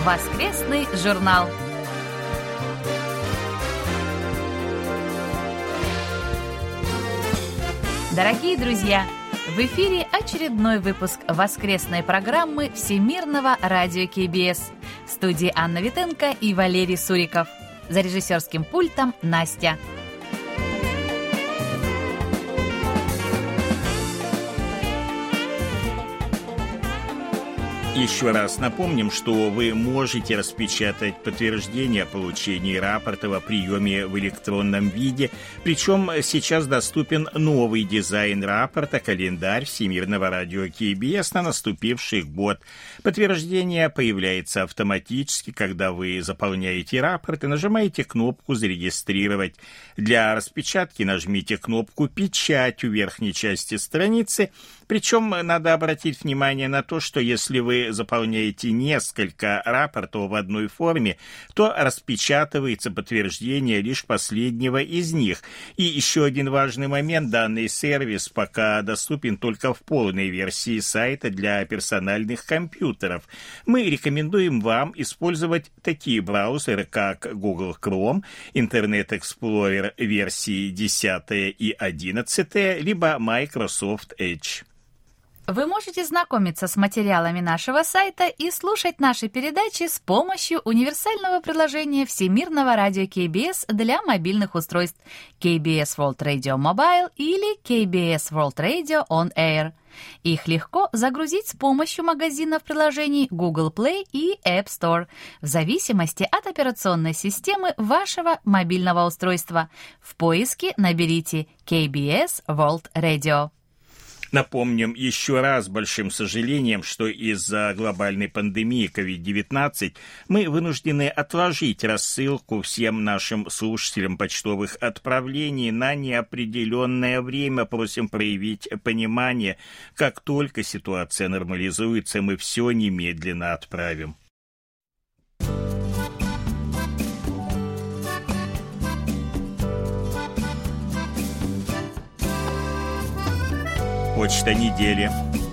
Воскресный журнал. Дорогие друзья, в эфире очередной выпуск воскресной программы Всемирного радио КБС. В студии Анна Витенко и Валерий Суриков. За режиссерским пультом Настя. Еще раз напомним, что вы можете распечатать подтверждение о получении рапорта о приеме в электронном виде. Причем сейчас доступен новый дизайн рапорта, календарь Всемирного радио КБС на наступивший год. Подтверждение появляется автоматически, когда вы заполняете рапорт и нажимаете кнопку «Зарегистрировать». Для распечатки нажмите кнопку «Печать» у верхней части страницы. Причем надо обратить внимание на то, что если вы заполняете несколько рапортов в одной форме, то распечатывается подтверждение лишь последнего из них. И еще один важный момент: данный сервис пока доступен только в полной версии сайта для персональных компьютеров. Мы рекомендуем вам использовать такие браузеры, как Google Chrome, Internet Explorer версии 10 и 11, либо Microsoft Edge. Вы можете знакомиться с материалами нашего сайта и слушать наши передачи с помощью универсального приложения Всемирного радио КБС для мобильных устройств KBS World Radio Mobile или KBS World Radio On Air. Их легко загрузить с помощью магазинов приложений Google Play и App Store, в зависимости от операционной системы вашего мобильного устройства. В поиске наберите KBS World Radio. Напомним еще раз большим сожалением, что из-за глобальной пандемии COVID-19 мы вынуждены отложить рассылку всем нашим слушателям почтовых отправлений на неопределенное время. Просим проявить понимание. Как только ситуация нормализуется, мы все немедленно отправим. Почта недели.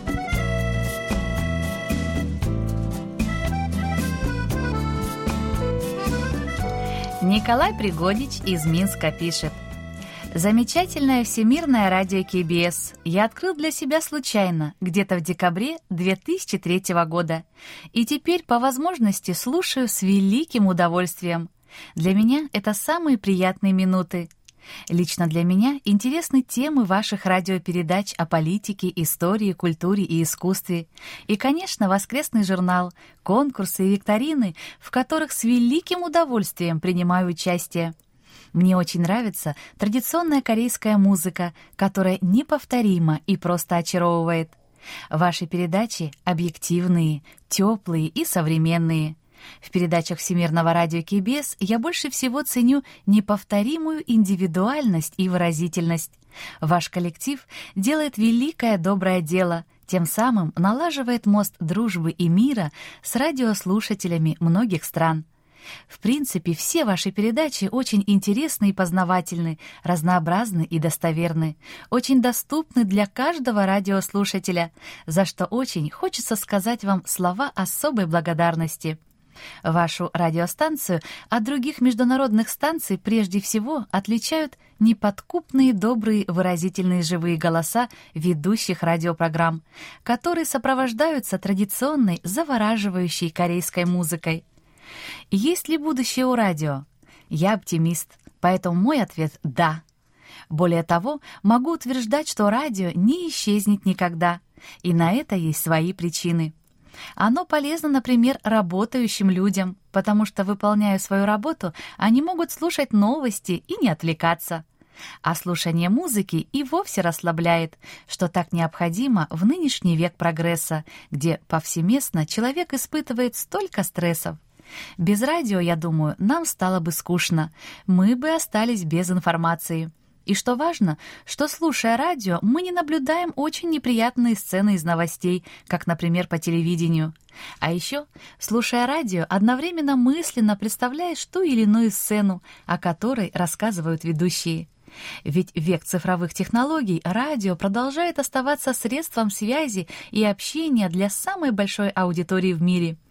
Николай Пригодич из Минска пишет. Замечательное Всемирное радио КБС я открыл для себя случайно, где-то в декабре 2003 года. И теперь по возможности слушаю с великим удовольствием. Для меня это самые приятные минуты. Лично для меня интересны темы ваших радиопередач о политике, истории, культуре и искусстве. И, конечно, воскресный журнал, конкурсы и викторины, в которых с великим удовольствием принимаю участие. Мне очень нравится традиционная корейская музыка, которая неповторима и просто очаровывает. Ваши передачи объективные, теплые и современные. В передачах Всемирного радио КБС я больше всего ценю неповторимую индивидуальность и выразительность. Ваш коллектив делает великое доброе дело, тем самым налаживает мост дружбы и мира с радиослушателями многих стран. В принципе, все ваши передачи очень интересны и познавательны, разнообразны и достоверны, очень доступны для каждого радиослушателя, за что очень хочется сказать вам слова особой благодарности. Вашу радиостанцию от других международных станций прежде всего отличают неподкупные, добрые, выразительные живые голоса ведущих радиопрограмм, которые сопровождаются традиционной, завораживающей корейской музыкой. Есть ли будущее у радио? Я оптимист, поэтому мой ответ – да. Более того, могу утверждать, что радио не исчезнет никогда, и на это есть свои причины. Оно полезно, например, работающим людям, потому что, выполняя свою работу, они могут слушать новости и не отвлекаться. А слушание музыки и вовсе расслабляет, что так необходимо в нынешний век прогресса, где повсеместно человек испытывает столько стрессов. Без радио, я думаю, нам стало бы скучно, мы бы остались без информации. И что важно, что, слушая радио, мы не наблюдаем очень неприятные сцены из новостей, как, например, по телевидению. А еще, слушая радио, одновременно мысленно представляешь ту или иную сцену, о которой рассказывают ведущие. Ведь в век цифровых технологий радио продолжает оставаться средством связи и общения для самой большой аудитории в мире.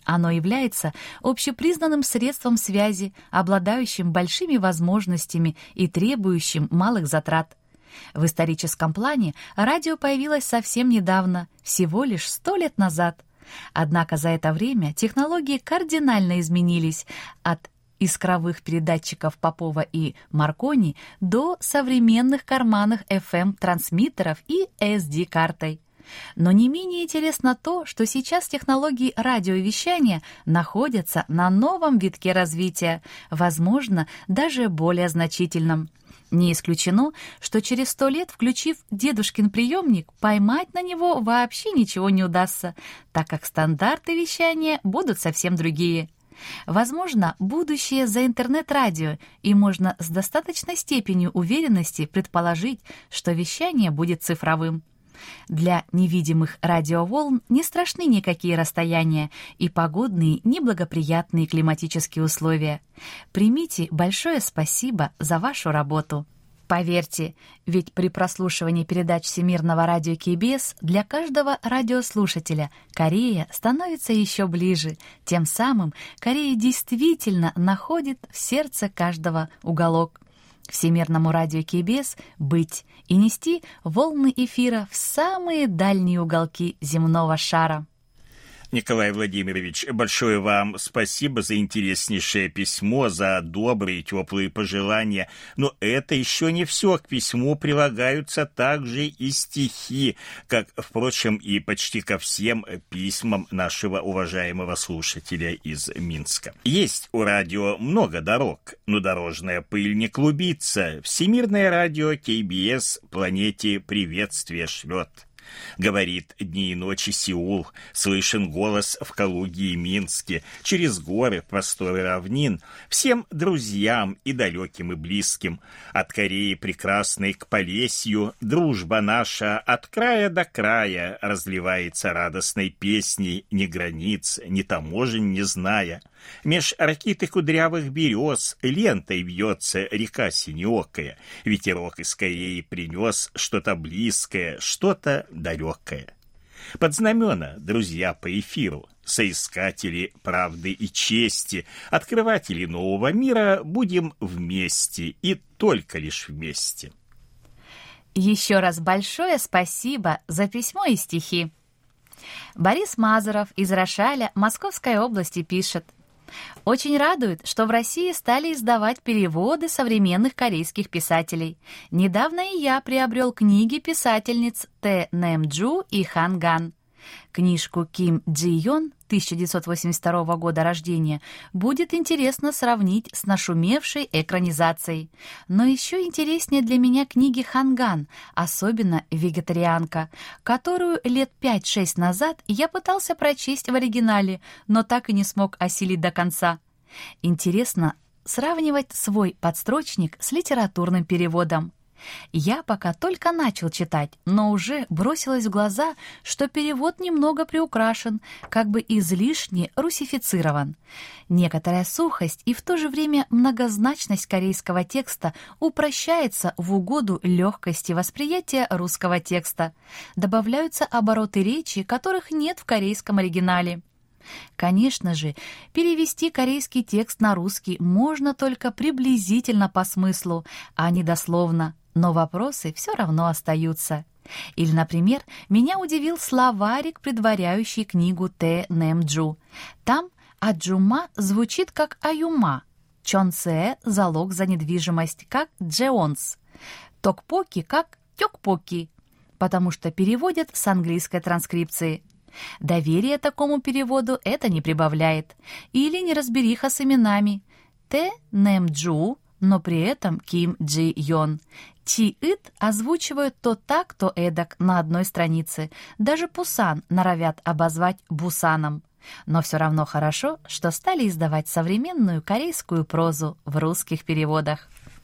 Оно является общепризнанным средством связи, обладающим большими возможностями и требующим малых затрат. В историческом плане радио появилось совсем недавно, всего лишь 100 лет назад. Однако за это время технологии кардинально изменились от искровых передатчиков Попова и Маркони до современных карманных FM-трансмиттеров и SD-картой. Но не менее интересно то, что сейчас технологии радиовещания находятся на новом витке развития, возможно, даже более значительном. Не исключено, что через 100 лет, включив дедушкин приемник, поймать на него вообще ничего не удастся, так как стандарты вещания будут совсем другие. Возможно, будущее за интернет-радио, и можно с достаточной степенью уверенности предположить, что вещание будет цифровым. Для невидимых радиоволн не страшны никакие расстояния и погодные неблагоприятные климатические условия. Примите большое спасибо за вашу работу. Поверьте, ведь при прослушивании передач Всемирного радио КБС для каждого радиослушателя Корея становится еще ближе. Тем самым Корея действительно находит в сердце каждого уголок. Всемирному радио КБС быть и нести волны эфира в самые дальние уголки земного шара. Николай Владимирович, большое вам спасибо за интереснейшее письмо, за добрые теплые пожелания. Но это еще не все. К письму прилагаются также и стихи, как, впрочем, и почти ко всем письмам нашего уважаемого слушателя из Минска. Есть у радио много дорог, но дорожная пыль не клубится. Всемирное радио КБС планете приветствие шлет. Говорит дни и ночи Сеул, слышен голос в Калуге и Минске, через горы, просторы равнин, всем друзьям и далеким, и близким. От Кореи прекрасной к Полесью дружба наша от края до края разливается радостной песней, ни границ, ни таможен не зная. Меж ракит и кудрявых берез лентой вьется река синеокая. Ветерок из Кореи принес что-то близкое, что-то далекое. Под знамена, друзья по эфиру, соискатели правды и чести, открыватели нового мира, будем вместе и только лишь вместе. Еще раз большое спасибо за письмо и стихи. Борис Мазуров из Рошаля Московской области пишет: «Очень радует, что в России стали издавать переводы современных корейских писателей. Недавно и я приобрел книги писательниц Тэ Нэмджу и Хан Ган. Книжку Ким Джи Йон, 1982 года рождения, будет интересно сравнить с нашумевшей экранизацией. Но еще интереснее для меня книги Хан Ган, особенно «Вегетарианка», которую лет 5-6 назад я пытался прочесть в оригинале, но так и не смог осилить до конца. Интересно сравнивать свой подстрочник с литературным переводом. Я пока только начал читать, но уже бросилось в глаза, что перевод немного приукрашен, как бы излишне русифицирован. Некоторая сухость и в то же время многозначность корейского текста упрощается в угоду легкости восприятия русского текста. Добавляются обороты речи, которых нет в корейском оригинале. Конечно же, перевести корейский текст на русский можно только приблизительно по смыслу, а не дословно. Но вопросы все равно остаются. Или, например, меня удивил словарик, предваряющий книгу Тэ Нэмджу. Там «аджума» звучит как «аюма», «чонсе» — залог за недвижимость, как «джеонс», «токпоки» как «тёкпоки», потому что переводят с английской транскрипции. Доверие такому переводу это не прибавляет. Или неразбериха с именами. Тэ Нэмджу, но при этом Ким Джи Йон. Ти-ит озвучивают то так, то эдак на одной странице. Даже Пусан норовят обозвать Бусаном. Но все равно хорошо, что стали издавать современную корейскую прозу в русских переводах.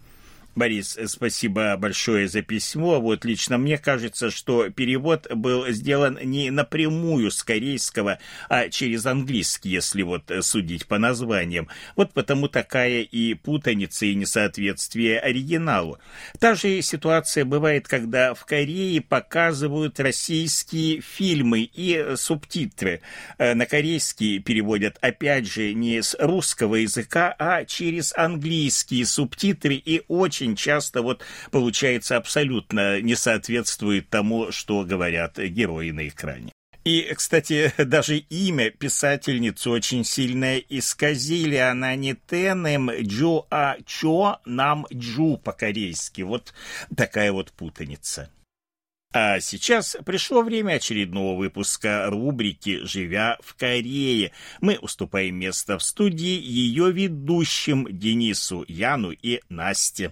Борис, спасибо большое за письмо. Вот лично мне кажется, что перевод был сделан не напрямую с корейского, а через английский, если вот судить по названиям. Вот потому такая и путаница, и несоответствие оригиналу. Та же ситуация бывает, когда в Корее показывают российские фильмы и субтитры. На корейский переводят, опять же, не с русского языка, а через английские субтитры, и очень часто вот получается абсолютно не соответствует тому, что говорят герои на экране. И, кстати, даже имя писательницы очень сильно исказили. Она не Тенем Джо, а Чо Нам Джу по-корейски. Вот такая вот путаница. А сейчас пришло время очередного выпуска рубрики «Живя в Корее». Мы уступаем место в студии ее ведущим Денису, Яну и Насте.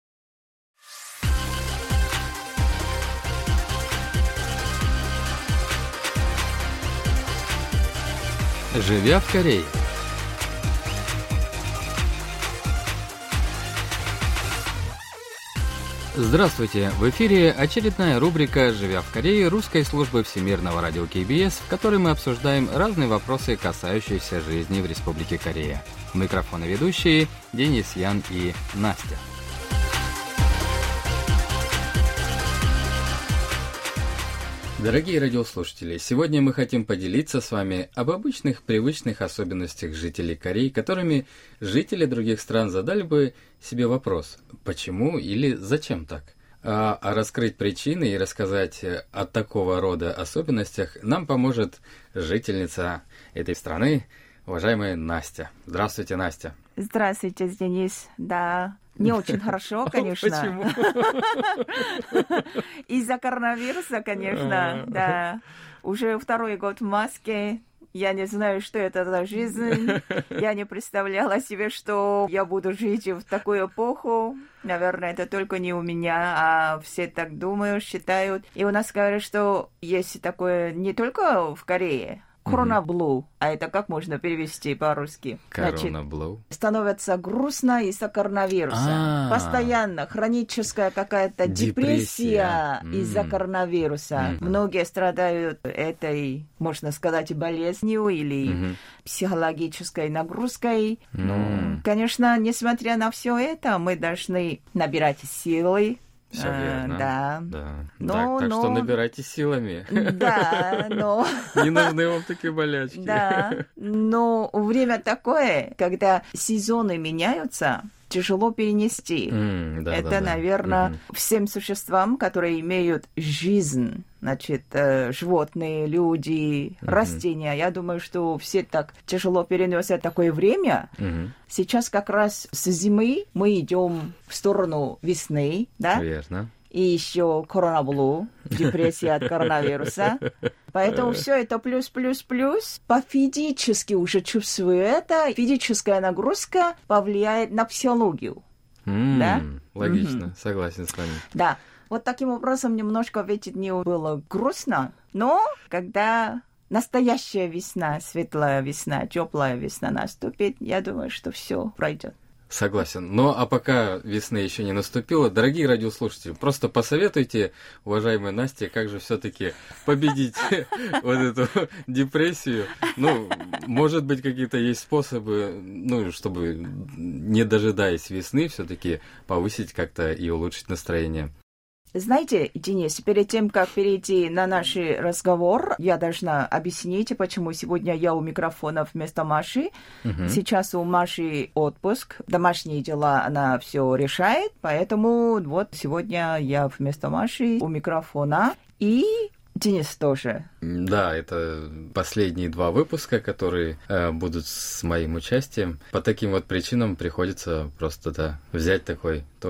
«Живя в Корее». Здравствуйте! В эфире очередная рубрика «Живя в Корее» русской службы Всемирного радио КБС, в которой мы обсуждаем разные вопросы, касающиеся жизни в Республике Корея. У микрофона ведущие Денис, Ян и Настя. Дорогие радиослушатели, сегодня мы хотим поделиться с вами об обычных привычных особенностях жителей Кореи, которыми жители других стран задали бы себе вопрос, почему или зачем так? А раскрыть причины и рассказать о такого рода особенностях нам поможет жительница этой страны, уважаемая Настя. Здравствуйте, Настя. Здравствуйте, Денис. Да, не очень хорошо, конечно. Почему? Из-за коронавируса, конечно, да. Уже второй год в маске. Я не знаю, что это за жизнь. Я не представляла себе, что я буду жить в такую эпоху. Наверное, это только не у меня, а все так думают, считают. И у нас говорят, что есть такое не только в Корее. Корона-блу. А это как можно перевести по-русски? Корона-блу. Становится грустно из-за коронавируса. Постоянно хроническая какая-то депрессия из-за коронавируса. Многие страдают этой, можно сказать, болезнью или психологической нагрузкой. Конечно, несмотря на все это, мы должны набирать силы. Все верно. Да. Так что набирайте силами. Да, но... Не нужны вам такие болячки. Да, но время такое, когда сезоны меняются, тяжело перенести. Это, наверное, всем существам, которые имеют жизнь, значит, животные, люди, растения. Я думаю, что все так тяжело переносят такое время. Сейчас как раз с зимы мы идем в сторону весны, да? Верно. И еще корона-блу, депрессия от коронавируса. Поэтому все это плюс. По физически уже чувствую это. Физическая нагрузка повлияет на психологию. Да? Логично, согласен с вами. Да. Вот таким образом немножко в эти дни было грустно. Но когда настоящая весна, светлая весна, теплая весна наступит, я думаю, что все пройдет. Согласен. Но а пока весна еще не наступила, дорогие радиослушатели, просто посоветуйте, уважаемой Насте, как же все-таки победить вот эту депрессию. Ну, может быть, какие-то есть способы, ну, чтобы, не дожидаясь весны, все-таки повысить как-то и улучшить настроение. Знаете, Денис, перед тем, как перейти на наш разговор, я должна объяснить, почему сегодня я у микрофона вместо Маши. Сейчас у Маши отпуск, домашние дела она все решает, поэтому вот сегодня я вместо Маши у микрофона. И Денис тоже. Да, это последние 2 выпуска, которые будут с моим участием. По таким вот причинам приходится просто взять такой тоже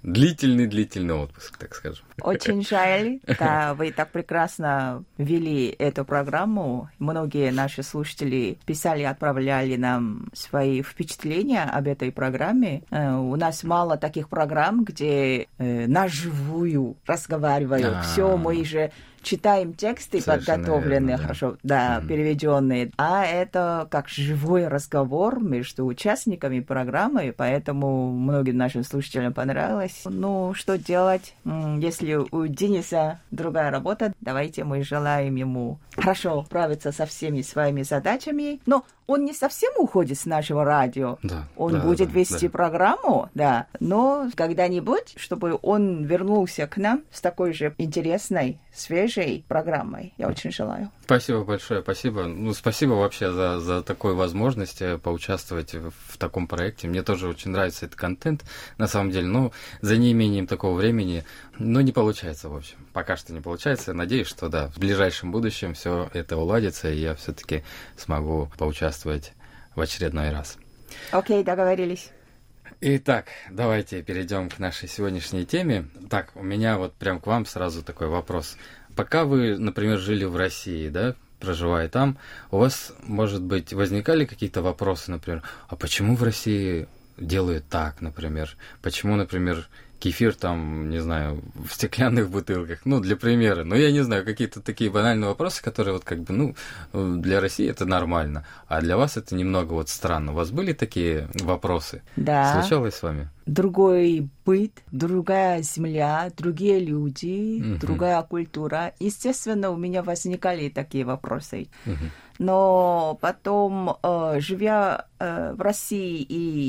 длительный отпуск, так скажем. Очень жаль, да, вы так прекрасно вели эту программу. Многие наши слушатели писали, отправляли нам свои впечатления об этой программе. У нас мало таких программ, где наживую разговаривают. Все, мы же читаем тексты подготовленные, хорошо, да, переведенные. А это как живой разговор между участниками программы, поэтому многим нашим слушателям понравилось. Ну, что делать, если у Дениса другая работа? Давайте мы желаем ему хорошо справиться со всеми своими задачами. Но он не совсем уходит с нашего радио. Да, он будет вести программу, да. Но когда-нибудь, чтобы он вернулся к нам с такой же интересной, свежей программой. Я очень желаю. Спасибо большое, спасибо. Ну, спасибо вообще за такую возможность поучаствовать в таком проекте. Мне тоже очень нравится этот контент, на самом деле. Но за неимением такого времени, не получается, в общем. Пока что не получается. Надеюсь, что да, в ближайшем будущем все это уладится, и я все-таки смогу поучаствовать в очередной раз. Окей, договорились. Итак, давайте перейдем к нашей сегодняшней теме. Так, у меня вот прям к вам сразу такой вопрос. Пока вы, например, жили в России, да, проживая там, у вас, может быть, возникали какие-то вопросы, например, а почему в России делают так, например? Почему, например, кефир там, не знаю, в стеклянных бутылках, для примера. Я не знаю, какие-то такие банальные вопросы, которые вот как бы, для России это нормально, а для вас это немного вот странно. У вас были такие вопросы? Да. Случалось с вами? Другой быт, другая земля, другие люди, другая культура. Естественно, у меня возникали такие вопросы. Но потом, живя в России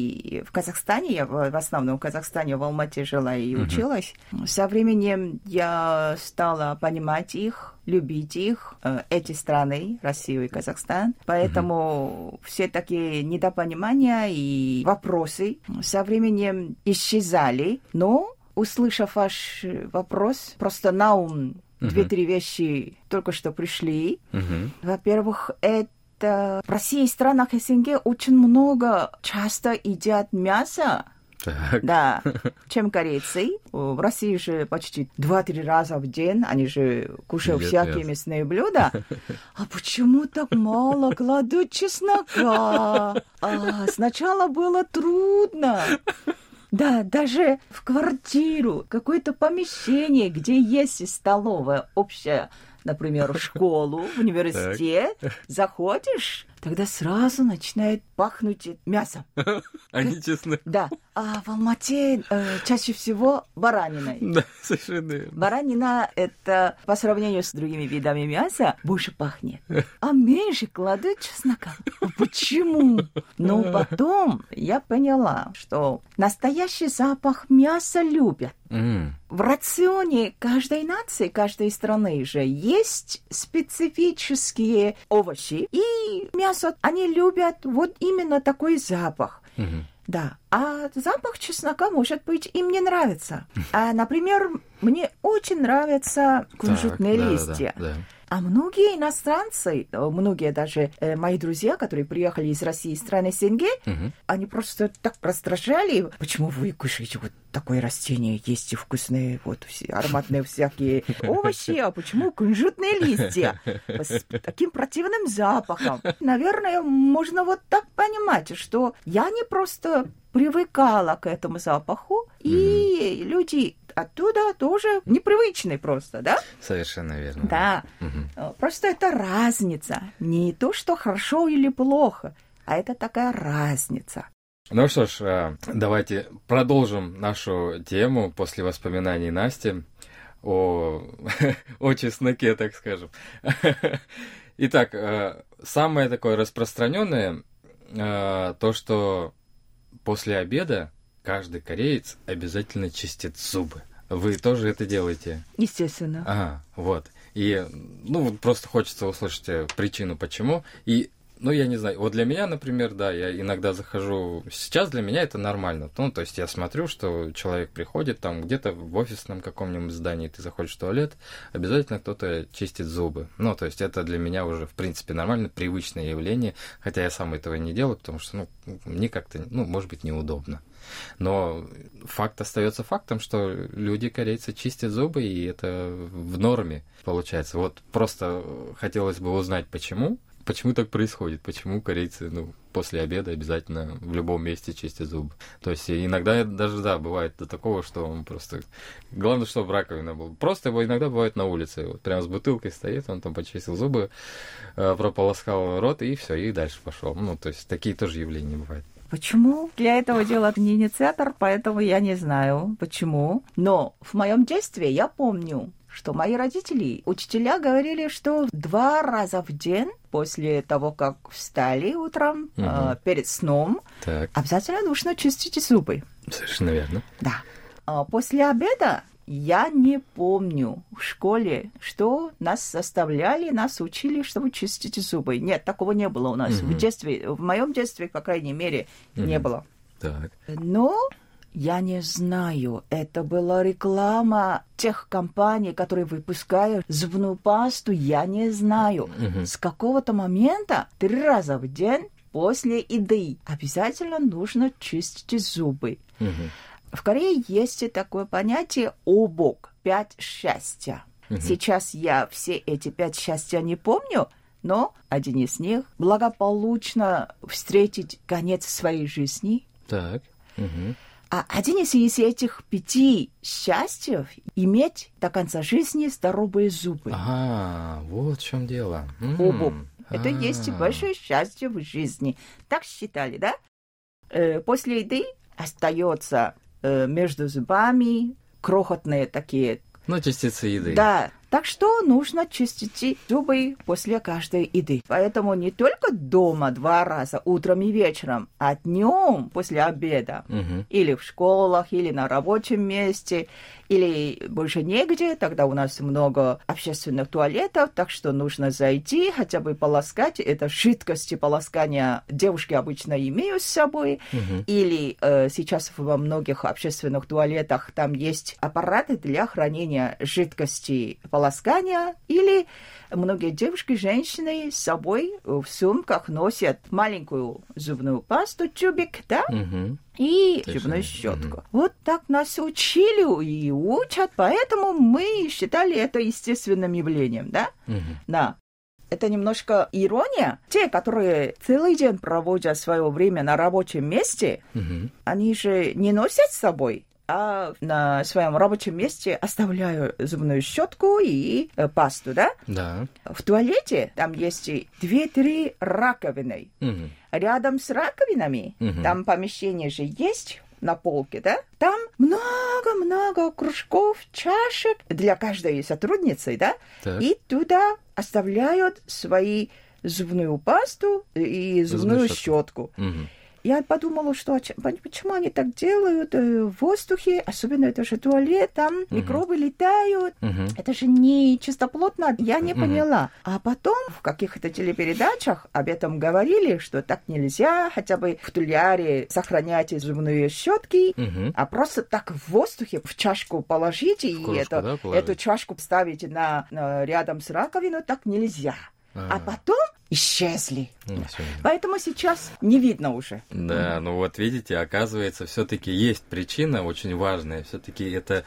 и в Казахстане, я в основном в Казахстане, в Алмате жила и училась, со временем я стала понимать их, любить их, эти страны, Россию и Казахстан. Поэтому все такие недопонимания и вопросы со временем исчезали. Но, услышав ваш вопрос, просто на ум 2-3 вещи только что пришли. Во-первых, это в России и странах СНГ очень много часто едят мясо. Так. Да, чем корейцы. В России же почти 2-3 раза в день они же кушают всякие мясные блюда. А почему так мало кладут чеснока? Сначала было трудно. Да, даже в квартиру, какое-то помещение, где есть столовая общая, например, в школу, в университет, заходишь, тогда сразу начинает пахнуть мясом. А не чеснок. Да. А в Алмате чаще всего бараниной. Да, совершенно верно. Баранина, это по сравнению с другими видами мяса, больше пахнет. А меньше кладут чеснока. Почему? Но потом я поняла, что настоящий запах мяса любят. В рационе каждой нации, каждой страны же есть специфические овощи и мясо. Они любят вот именно такой запах. Да. А запах чеснока, может быть, им не нравится. Например, мне очень нравятся кунжутные листья. Да. А многие иностранцы, многие даже мои друзья, которые приехали из России, из страны СНГ, они просто так раздражали. Почему вы кушаете вот такое растение, есть вкусные, вот ароматные всякие овощи, а почему кунжутные листья с таким противным запахом? Наверное, можно вот так понимать, что я не просто привыкала к этому запаху, и люди оттуда тоже непривычные просто, да? Совершенно верно. Да. Просто это разница. Не то, что хорошо или плохо, а это такая разница. Ну что ж, давайте продолжим нашу тему после воспоминаний Насти о чесноке, так скажем. Итак, самое такое распространенное то, что после обеда каждый кореец обязательно чистит зубы. Вы тоже это делаете? Естественно. Вот. И, просто хочется услышать причину, почему. И Ну, я не знаю. Вот для меня, например, да, я иногда захожу... Сейчас для меня это нормально. Ну, то есть я смотрю, что человек приходит там где-то в офисном каком-нибудь здании, ты заходишь в туалет, обязательно кто-то чистит зубы. Ну, то есть это для меня уже, в принципе, нормально, привычное явление, хотя я сам этого не делаю, потому что, ну, мне как-то, ну, может быть, неудобно. Но факт остается фактом, что люди, корейцы, чистят зубы, и это в норме получается. Вот просто хотелось бы узнать, почему так происходит, почему корейцы, ну, после обеда обязательно в любом месте чистят зубы. То есть иногда даже, да, бывает до такого, что он просто... Главное, чтобы раковина была. Просто его иногда бывает на улице. Вот прям с бутылкой стоит, он там почистил зубы, прополоскал рот, и все, и дальше пошел. Ну, то есть такие тоже явления бывают. Почему? Для этого дела не инициатор, поэтому я не знаю, почему. Но в моем детстве я помню, что мои родители, учителя говорили, что 2 раза в день после того, как встали утром, перед сном, обязательно нужно чистить зубы. Совершенно верно. Да. После обеда я не помню в школе, что нас заставляли, нас учили, чтобы чистить зубы. Нет, такого не было у нас. В детстве, в моем детстве, по крайней мере, не было. Так. Но я не знаю, это была реклама тех компаний, которые выпускают зубную пасту, я не знаю. С какого-то момента 3 раза в день после еды обязательно нужно чистить зубы. В Корее есть такое понятие «обок», 5 счастья. Сейчас я все эти 5 счастья не помню, но один из них — благополучно встретить конец своей жизни. Так. А один из этих 5 счастьев — иметь до конца жизни здоровые зубы. Ага, вот в чем дело. Обок. Это есть большое счастье в жизни. Так считали, да? После еды остается между зубами крохотные такие... Ну, частицы еды. Да. Так что нужно чистить зубы после каждой еды. Поэтому не только дома 2 раза, утром и вечером, а днем после обеда. Или в школах, или на рабочем месте, или больше негде. Тогда у нас много общественных туалетов, так что нужно зайти, хотя бы полоскать. Это жидкости полоскания девушки обычно имеют с собой. Или сейчас во многих общественных туалетах там есть аппараты для хранения жидкости полоскания, или многие девушки, женщины с собой в сумках носят маленькую зубную пасту, тюбик, да, и зубную щетку. Вот так нас учили и учат, поэтому мы считали это естественным явлением, да? Да. Это немножко ирония. Те, которые целый день проводят свое время на рабочем месте, они же не носят с собой, а на своем рабочем месте оставляю зубную щетку и пасту, да? Да. В туалете там есть 2-3 раковины. Рядом с раковинами, там помещение же есть на полке, да? Там много-много кружков, чашек для каждой сотрудницы, да? Так. И туда оставляют свои зубную пасту и зубную щетку. Я подумала, что почему они так делают в воздухе, особенно это же туалет, там микробы летают, это же не чистоплотно, я не поняла. А потом в каких-то телепередачах об этом говорили, что так нельзя, хотя бы в футляре сохранять зубные щетки, а просто так в воздухе в чашку положите, и эту чашку ставите рядом с раковиной, так нельзя. А потом исчезли. Поэтому сейчас не видно уже. Да, ну вот видите, оказывается, все-таки есть причина очень важная. Все-таки это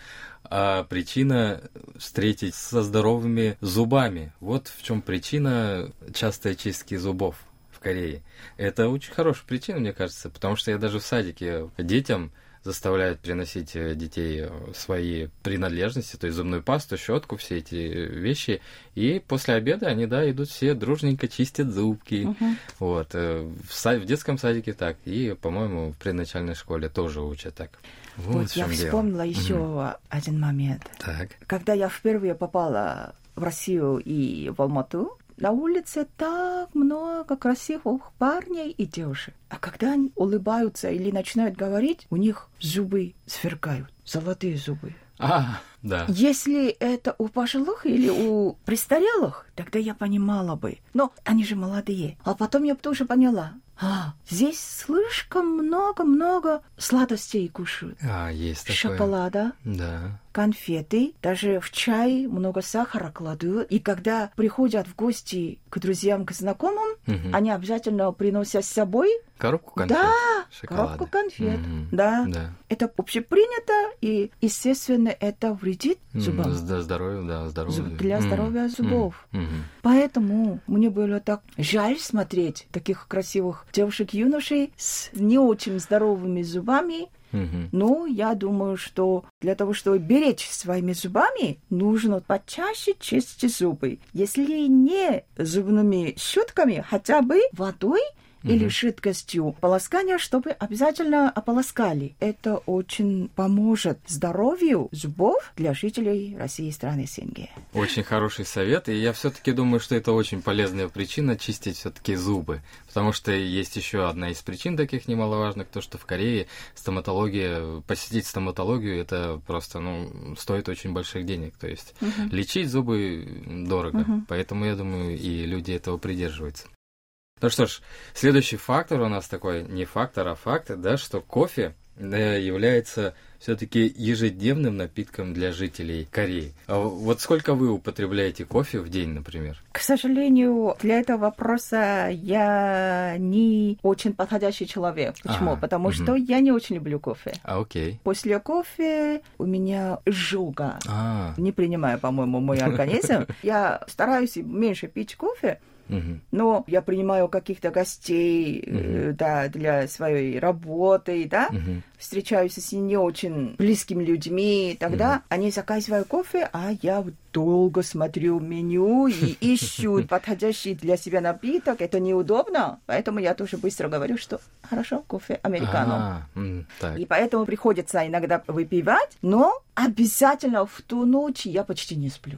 причина встретить со здоровыми зубами. Вот в чем причина частой чистки зубов в Корее. Это очень хорошая причина, мне кажется, потому что я даже в садике детям заставляют приносить детей свои принадлежности, то есть зубную пасту, щетку, все эти вещи, и после обеда они, да, идут все дружненько чистят зубки. Вот. В детском садике так, и, по-моему, в предначальной школе тоже учат так. Вот я вспомнила еще один момент. Так. Когда я впервые попала в Россию и в Алмату, на улице так много красивых парней и девушек. А когда они улыбаются или начинают говорить, у них зубы сверкают, золотые зубы. Да. Если это у пожилых или у престарелых, тогда я понимала бы. Но они же молодые. А потом я тоже поняла. Здесь слишком много сладостей кушают. Есть такое. Шоколада. Да. Конфеты, даже в чай много сахара кладут. И когда приходят в гости к друзьям, к знакомым, они обязательно приносят с собой коробку конфет. Да, шоколада. Коробку конфет. Да. Это общепринято, и, естественно, это вредит зубам. Здоровью, да, здоровью. Для здоровья зубов. Поэтому мне было так жаль смотреть таких красивых девушек-юношей с не очень здоровыми зубами. Но я думаю, что для того, чтобы беречь своими зубами, нужно почаще чистить зубы. Если не зубными щетками, хотя бы водой или жидкостью полоскания, чтобы обязательно ополоскали. Это очень поможет здоровью зубов для жителей России и страны СНГ. Очень хороший совет, и я все-таки думаю, что это очень полезная причина чистить все-таки зубы, потому что есть еще одна из причин таких немаловажных, то, что в Корее посетить стоматологию, это просто, стоит очень больших денег, то есть лечить зубы дорого, поэтому я думаю, и люди этого придерживаются. Ну что ж, следующий фактор у нас такой, не фактор, а факт, да, что кофе является все-таки ежедневным напитком для жителей Кореи. А вот сколько вы употребляете кофе в день, например? К сожалению, для этого вопроса я не очень подходящий человек. Почему? Потому что я не очень люблю кофе. Окей. После кофе у меня изжога. Не принимаю, по-моему, мой организм. Я стараюсь меньше пить кофе, но я принимаю каких-то гостей для своей работы, встречаюсь с не очень близкими людьми, тогда они заказывают кофе, а я долго смотрю меню и ищу подходящий для себя напиток. Это неудобно, поэтому я тоже быстро говорю, что хорошо, кофе американо. И поэтому приходится иногда выпивать, но обязательно в ту ночь я почти не сплю.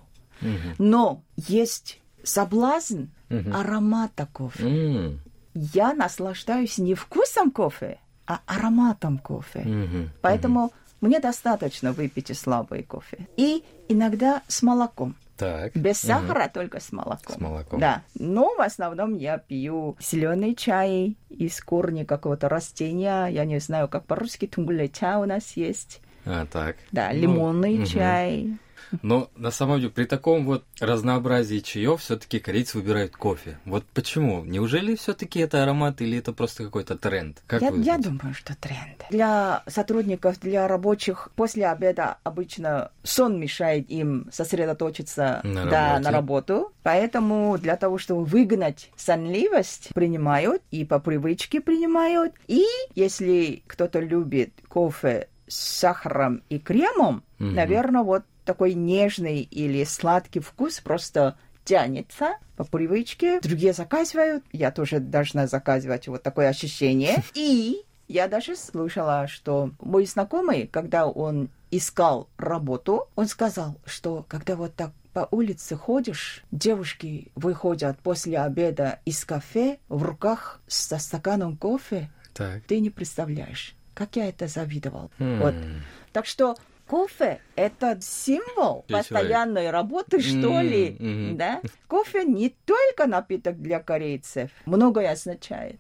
Но есть соблазн аромата кофе. Я наслаждаюсь не вкусом кофе, а ароматом кофе. Поэтому мне достаточно выпить слабый кофе. И иногда с молоком. Так. Без сахара, только с молоком. С молоком. Да. Но в основном я пью зеленый чай из корня какого-то растения. Я не знаю, как по-русски, тунгуле-чай у нас есть. Так. Да, лимонный чай. Но на самом деле при таком вот разнообразии чаев все-таки корейцы выбирают кофе. Вот почему? Неужели все-таки это аромат или это просто какой-то тренд? Я думаю, что тренд. Для сотрудников, для рабочих после обеда обычно сон мешает им сосредоточиться на работу. Поэтому для того, чтобы выгнать сонливость, принимают и по привычке принимают. И если кто-то любит кофе с сахаром и кремом, наверное, вот такой нежный или сладкий вкус просто тянется по привычке. Другие заказывают, я тоже должна заказывать вот такое ощущение. И я даже слышала, что мой знакомый, когда он искал работу, он сказал, что когда вот так по улице ходишь, девушки выходят после обеда из кафе в руках со стаканом кофе, ты не представляешь, как я это завидовал. Вот. Так что кофе – это символ постоянной работы, что ли, да? Кофе не только напиток для корейцев, многое означает.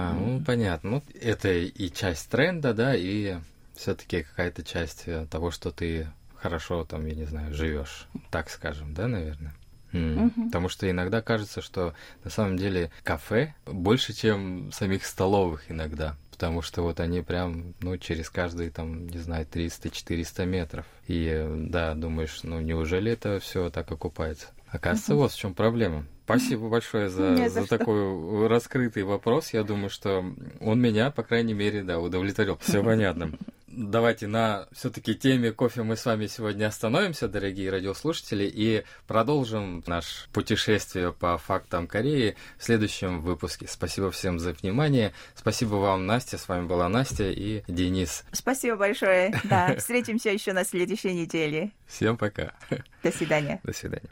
Понятно. Это и часть тренда, да, и все-таки какая-то часть того, что ты хорошо там, я не знаю, живешь, так скажем, да, наверное? Потому что иногда кажется, что на самом деле кафе больше, чем самих столовых иногда. Потому что вот они прям, через каждые, там, не знаю, 300-400 метров. И, да, думаешь, неужели это все так окупается? Оказывается, вот в чем проблема. Спасибо большое за такой раскрытый вопрос. Я думаю, что он меня, по крайней мере, удовлетворил. Все понятно. Давайте на все-таки теме кофе мы с вами сегодня остановимся, дорогие радиослушатели, и продолжим наше путешествие по фактам Кореи в следующем выпуске. Спасибо всем за внимание. Спасибо вам, Настя. С вами была Настя и Денис. Спасибо большое. Да, встретимся еще на следующей неделе. Всем пока. До свидания. До свидания.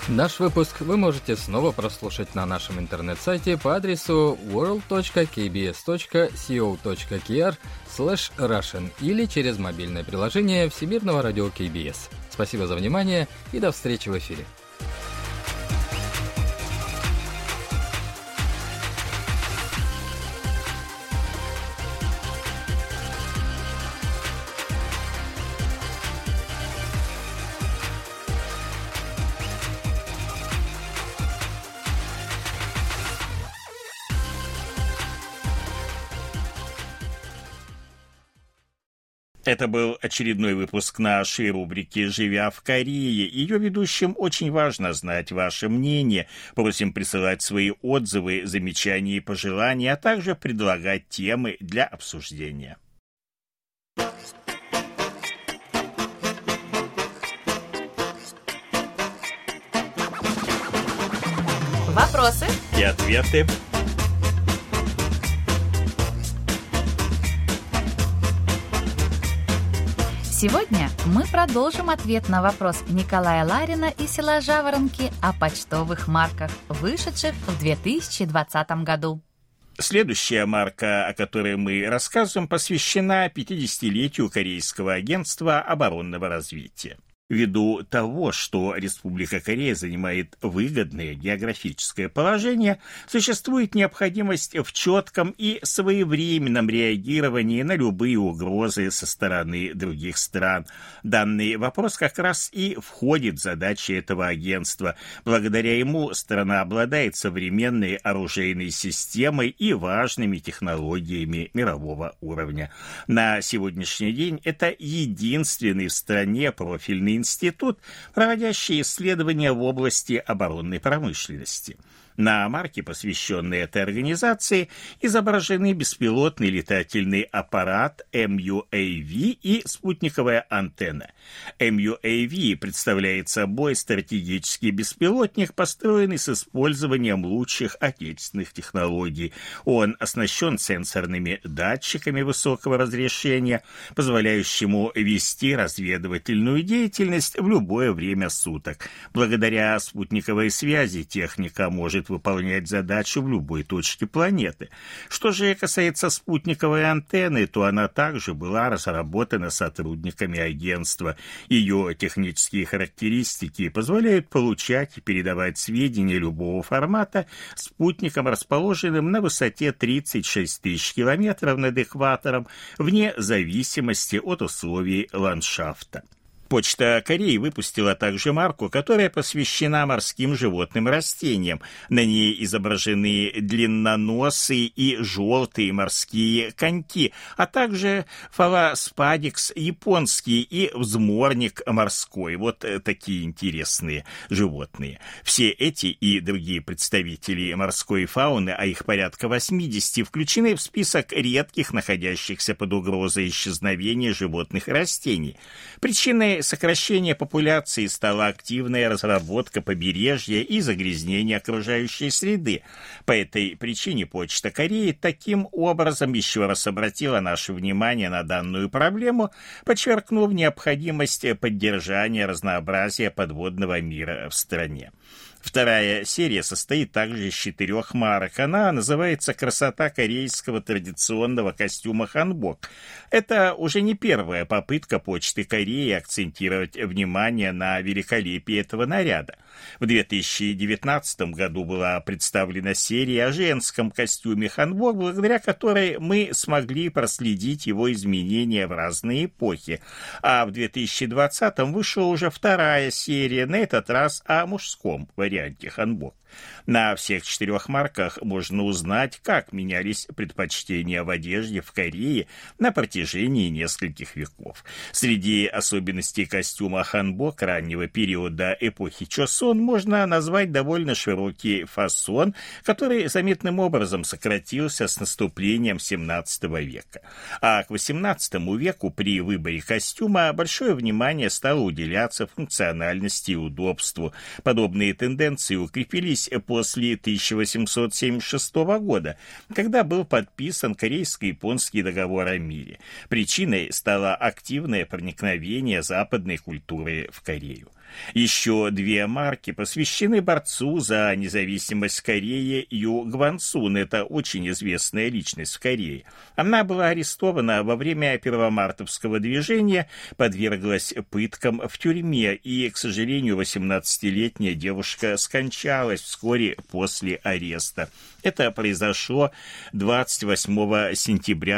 Наш выпуск вы можете снова прослушать на нашем интернет-сайте по адресу world.kbs.co.kr/Russian или через мобильное приложение Всемирного радио KBS. Спасибо за внимание и до встречи в эфире. Это был очередной выпуск нашей рубрики «Живя в Корее». Ее ведущим очень важно знать ваше мнение. Просим присылать свои отзывы, замечания и пожелания, а также предлагать темы для обсуждения. Вопросы и ответы. Сегодня мы продолжим ответ на вопрос Николая Ларина из села Жаворонки о почтовых марках, вышедших в 2020 году. Следующая марка, о которой мы рассказываем, посвящена 50-летию Корейского агентства оборонного развития. Ввиду того, что Республика Корея занимает выгодное географическое положение, существует необходимость в четком и своевременном реагировании на любые угрозы со стороны других стран. Данный вопрос как раз и входит в задачи этого агентства. Благодаря ему страна обладает современной оружейной системой и важными технологиями мирового уровня. На сегодняшний день это единственный в стране профильный институт, проводящий исследования в области оборонной промышленности. На марке, посвященной этой организации, изображены беспилотный летательный аппарат MUAV и спутниковая антенна. MUAV представляет собой стратегический беспилотник, построенный с использованием лучших отечественных технологий. Он оснащен сенсорными датчиками высокого разрешения, позволяющему вести разведывательную деятельность в любое время суток. Благодаря спутниковой связи техника может выполнять задачу в любой точке планеты. Что же касается спутниковой антенны, то она также была разработана сотрудниками агентства. Ее технические характеристики позволяют получать и передавать сведения любого формата спутникам, расположенным на высоте 36 тысяч километров над экватором, вне зависимости от условий ландшафта. Почта Кореи выпустила также марку, которая посвящена морским животным и растениям. На ней изображены длинноносые и желтые морские коньки, а также фалоспадикс японский и взморник морской. Вот такие интересные животные. Все эти и другие представители морской фауны, а их порядка 80, включены в список редких, находящихся под угрозой исчезновения животных и растений. Причиной сокращения популяции стала активная разработка побережья и загрязнение окружающей среды. По этой причине Почта Кореи таким образом еще раз обратила наше внимание на данную проблему, подчеркнув необходимость поддержания разнообразия подводного мира в стране. Вторая серия состоит также из 4 марок. Она называется «Красота корейского традиционного костюма ханбок». Это уже не первая попытка Почты Кореи акцентировать внимание на великолепии этого наряда. В 2019 году была представлена серия о женском костюме ханбок, благодаря которой мы смогли проследить его изменения в разные эпохи. А в 2020 вышла уже вторая серия, на этот раз о мужском варианте ханбок. На всех 4 марках можно узнать, как менялись предпочтения в одежде в Корее на протяжении нескольких веков. Среди особенностей костюма ханбок раннего периода эпохи Чосон можно назвать довольно широкий фасон, который заметным образом сократился с наступлением XVII века. А к XVIII веку при выборе костюма большое внимание стало уделяться функциональности и удобству. Подобные тенденции укрепились после 1876 года, когда был подписан Корейско-японский договор о мире. Причиной стало активное проникновение западной культуры в Корею. Еще 2 марки посвящены борцу за независимость Кореи Ю Гвансун. Это очень известная личность в Корее. Она была арестована во время первомартовского движения, подверглась пыткам в тюрьме, и, к сожалению, 18-летняя девушка скончалась вскоре после ареста. Это произошло 28 сентября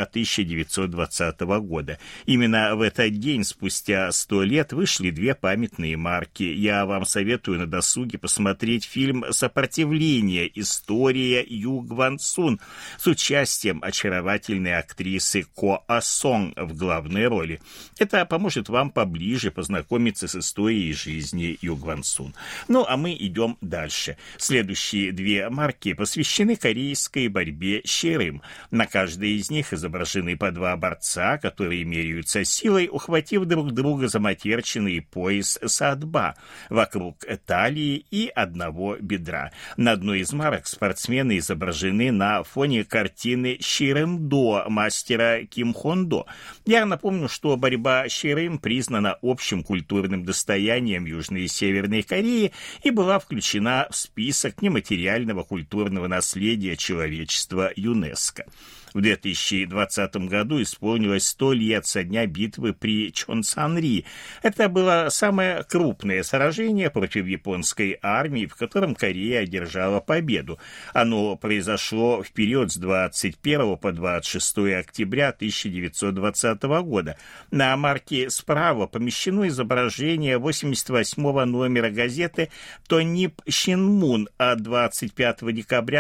1920 года. Именно в этот день, спустя 100 лет, вышли 2 памятные марки. Я вам советую на досуге посмотреть фильм «Сопротивление. История Ю Гвансун» с участием очаровательной актрисы Ко А-сон в главной роли. Это поможет вам поближе познакомиться с историей жизни Ю Гвансун. Ну, а мы идем дальше. Следующие 2 марки посвящены корейской борьбе щирым. На каждой из них изображены по 2 борца, которые меряются силой, ухватив друг друга за матерчатый пояс садба вокруг талии и одного бедра. На одной из марок спортсмены изображены на фоне картины «Щирым-до» мастера Ким Хон-до. Я напомню, что борьба щирым признана общим культурным достоянием Южной и Северной Кореи и была включена в список нематериального культурного наследия человечества ЮНЕСКО. В 2020 году исполнилось 100 лет со дня битвы при Чонсан-ри. Это было самое крупное сражение против японской армии, в котором Корея одержала победу. Оно произошло в период с 21 по 26 октября 1920 года. На марке справа помещено изображение 88-го номера газеты «Тонип Шинмун» от 25 декабря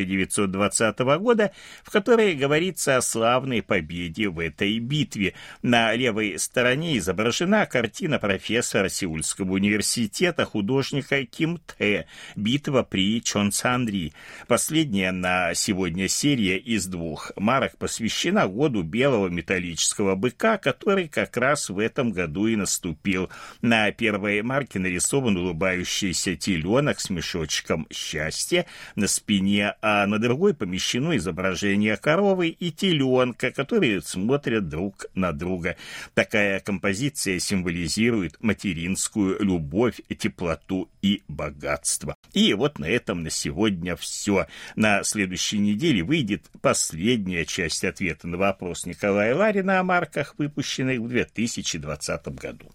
1920 года, в которой говорится о славной победе в этой битве. На левой стороне изображена картина профессора Сеульского университета художника Ким Тэ «Битва при Чонсан-ри». Последняя на сегодня серия из 2 марок посвящена году белого металлического быка, который как раз в этом году и наступил. На первой марке нарисован улыбающийся теленок с мешочком счастья на спине, а на другой помещено изображение коровы и теленка, которые смотрят друг на друга. Такая композиция символизирует материнскую любовь, теплоту и богатство. И вот на этом на сегодня все. На следующей неделе выйдет последняя часть ответа на вопрос Николая Ларина о марках, выпущенных в 2020 году.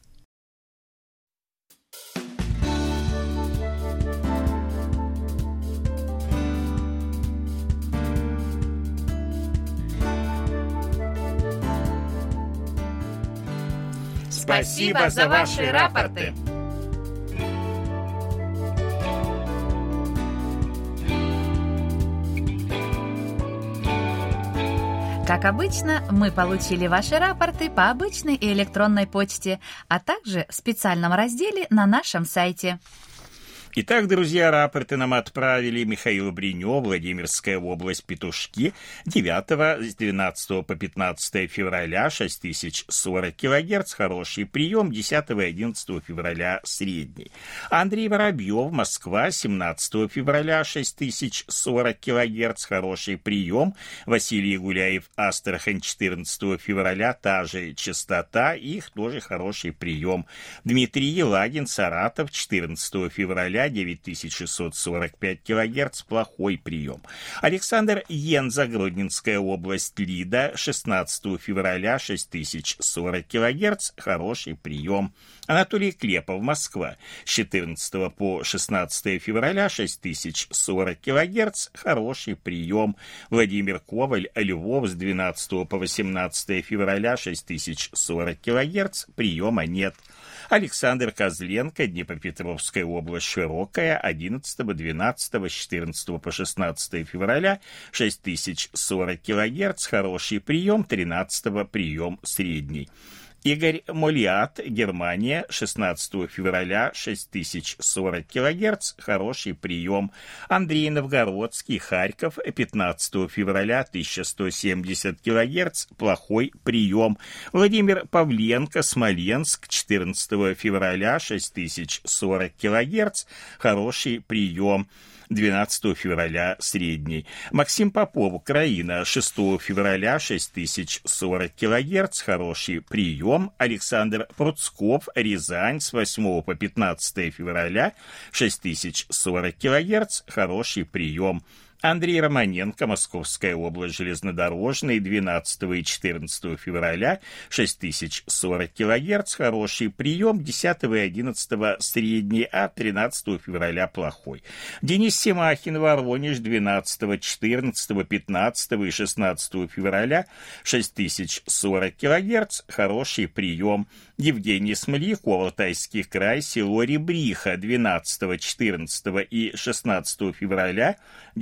Спасибо за ваши рапорты. Как обычно, мы получили ваши рапорты по обычной и электронной почте, а также в специальном разделе на нашем сайте. Итак, друзья, рапорты нам отправили Михаил Бринё, Владимирская область, Петушки, 9 с 12 по 15 февраля, 6040 кГц, хороший прием, 10 и 11 февраля, средний. Андрей Воробьев, Москва, 17 февраля, 6040 кГц, хороший прием. Василий Гуляев, Астрахань, 14 февраля, та же частота, их тоже хороший прием. Дмитрий Елагин, Саратов, 14 февраля, 9645 кГц, плохой прием. Александр Енза, Гродненская область, Лида, 16 февраля, 6040 кГц, хороший прием. Анатолий Клепов, Москва, с 14 по 16 февраля, 6040 кГц, хороший прием. Владимир Коваль, Львов, с 12 по 18 февраля, 6040 кГц, приема нет. Александр Козленко, Днепропетровская область, Широкая, 11, 12, с 14 по 16 февраля, 6040 кГц, хороший прием, 13 прием средний. Игорь Молиат, Германия, 16 февраля, 6040 кГц, хороший прием. Андрей Новгородский, Харьков, 15 февраля, 1170 кГц, плохой прием. Владимир Павленко, Смоленск, 14 февраля, 6040 кГц, хороший прием. 12 февраля средний. Максим Попов, Украина, 6 февраля 6040 кГц, хороший прием. Александр Пруцков, Рязань, с 8 по 15 февраля 6040 кГц, хороший прием. Андрей Романенко, Московская область, железнодорожный, 12 и 14 февраля, 6040 кГц, хороший прием, 10 и 11 средний, а 13 февраля плохой. Денис Семахин, Воронеж, 12, 14, 15 и 16 февраля, 6040 кГц, хороший прием. Евгений Смоляков, Алтайский край, село Ребриха, 12, 14 и 16 февраля,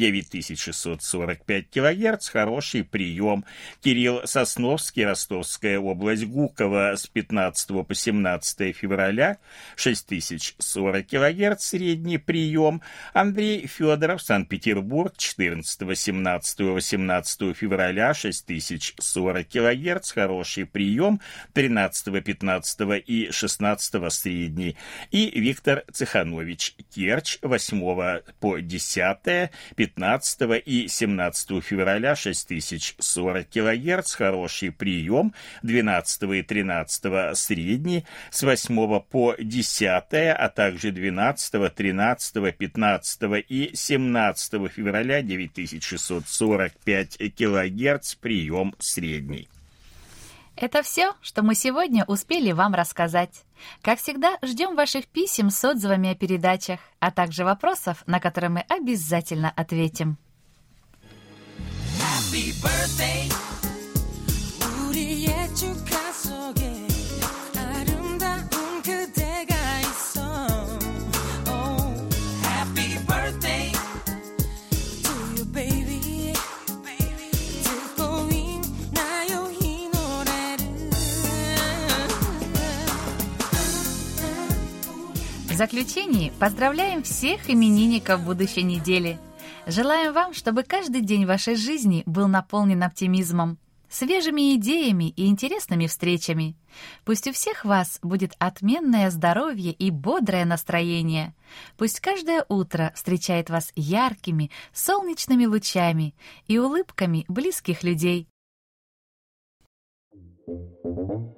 9645 кГц, хороший прием. Кирилл Сосновский, Ростовская область, Гуково, с 15 по 17 февраля, 6040 кГц, средний прием. Андрей Федоров, Санкт-Петербург, 14, 17, 18 февраля, 6040 кГц, хороший прием. 13, 15 и 16 средний. И Виктор Цеханович, Керчь, 8 по 10, 15 и 17 февраля, 6040 кГц, хороший прием. 12 и 13 средний, с 8 по 10, а также 12, 13, 15 и 17 февраля, 9645 кГц, прием средний. Это все, что мы сегодня успели вам рассказать. Как всегда, ждем ваших писем с отзывами о передачах, а также вопросов, на которые мы обязательно ответим. Happy birthday. В заключении поздравляем всех именинников будущей недели. Желаем вам, чтобы каждый день вашей жизни был наполнен оптимизмом, свежими идеями и интересными встречами. Пусть у всех вас будет отменное здоровье и бодрое настроение. Пусть каждое утро встречает вас яркими, солнечными лучами и улыбками близких людей.